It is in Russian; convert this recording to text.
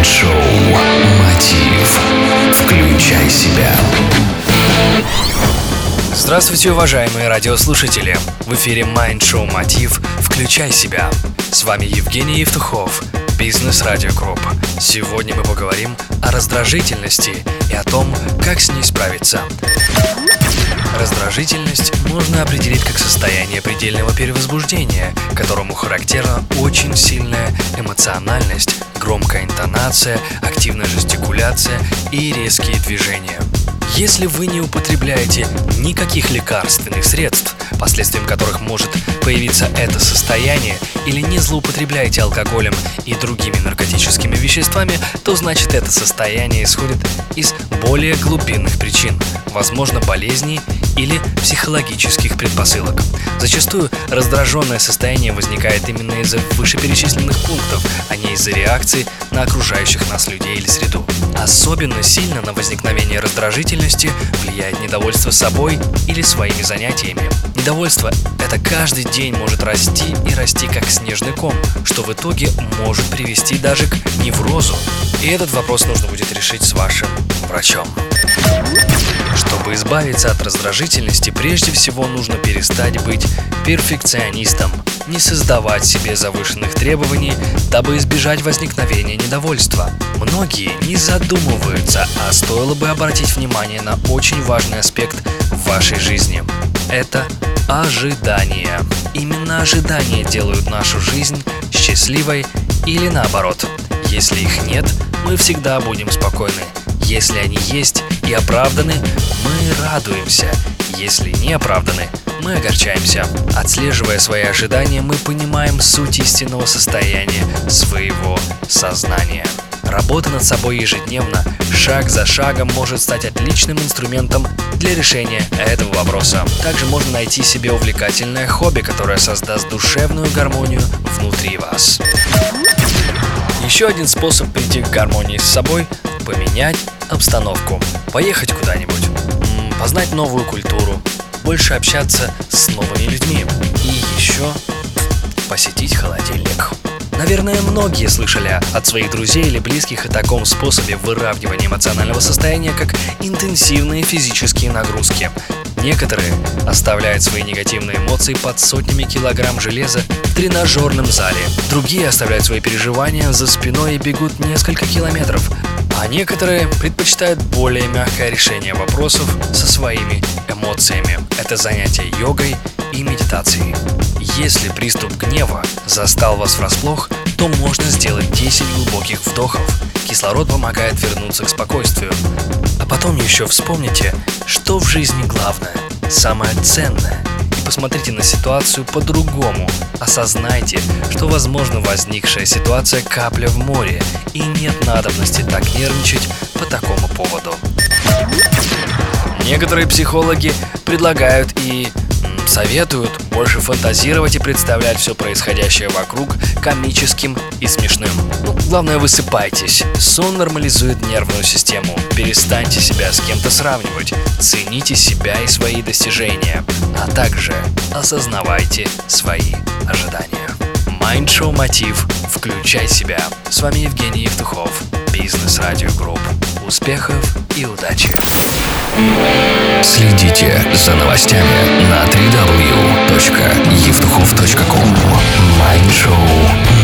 Майнд-шоу «Мотив». Включай себя. Здравствуйте, уважаемые радиослушатели! В эфире Майнд-шоу «Мотив. Включай себя». С вами Евгений Евтухов, Бизнес Радио Групп. Сегодня мы поговорим о раздражительности и о том, как с ней справиться. Раздражительность можно определить как состояние предельного перевозбуждения, которому характерна очень сильная эмоциональность, громкая интонация, активная жестикуляция и резкие движения. Если вы не употребляете никаких лекарственных средств, последствием которых может появиться это состояние, или не злоупотребляете алкоголем и другими наркотическими веществами, то значит это состояние исходит из более глубинных причин, возможно, болезней или психологических предпосылок. Зачастую раздраженное состояние возникает именно из-за вышеперечисленных пунктов, а не из-за реакции на окружающих нас людей или среду. Особенно сильно на возникновение раздражительности влияет недовольство собой или своими занятиями. Недовольство – это каждый день может расти и расти как снежный ком, что в итоге может привести даже к неврозу. И этот вопрос нужно будет решить с вашим врачом. Чтобы избавиться от раздражительности, прежде всего нужно перестать быть перфекционистом, не создавать себе завышенных требований, дабы избежать возникновения недовольства. Многие не задумываются, а стоило бы обратить внимание на очень важный аспект в вашей жизни. Это ожидания. Именно ожидания делают нашу жизнь счастливой или наоборот. Если их нет, мы всегда будем спокойны. Если они есть и оправданы, мы радуемся. Если не оправданы, мы огорчаемся. Отслеживая свои ожидания, мы понимаем суть истинного состояния своего сознания. Работа над собой ежедневно, шаг за шагом, может стать отличным инструментом для решения этого вопроса. Также можно найти себе увлекательное хобби, которое создаст душевную гармонию внутри вас. Еще один способ прийти к гармонии с собой – поменять обстановку. Поехать куда-нибудь, познать новую культуру, больше общаться с новыми людьми и еще посетить холодильник. Наверное, многие слышали от своих друзей или близких о таком способе выравнивания эмоционального состояния, как интенсивные физические нагрузки. Некоторые оставляют свои негативные эмоции под сотнями килограмм железа в тренажерном зале. Другие оставляют свои переживания за спиной и бегут несколько километров. А некоторые предпочитают более мягкое решение вопросов со своими эмоциями. Это занятие йогой и медитацией. Если приступ гнева застал вас врасплох, то можно сделать 10 глубоких вдохов. Кислород помогает вернуться к спокойствию. А потом еще вспомните, что в жизни главное, самое ценное. И посмотрите на ситуацию по-другому. Осознайте, что, возможно, возникшая ситуация – капля в море, и нет надобности так нервничать по такому поводу. Некоторые психологи предлагают и советуют больше фантазировать и представлять все происходящее вокруг комическим и смешным. Главное, высыпайтесь. Сон нормализует нервную систему. Перестаньте себя с кем-то сравнивать. Цените себя и свои достижения. А также осознавайте свои ожидания. Майнд-шоу «Мотив». Включай себя. С вами Евгений Евтухов. Бизнес Радио Групп. Успехов и удачи! Следите за новостями на www.evtuchov.com. Майнд-шоу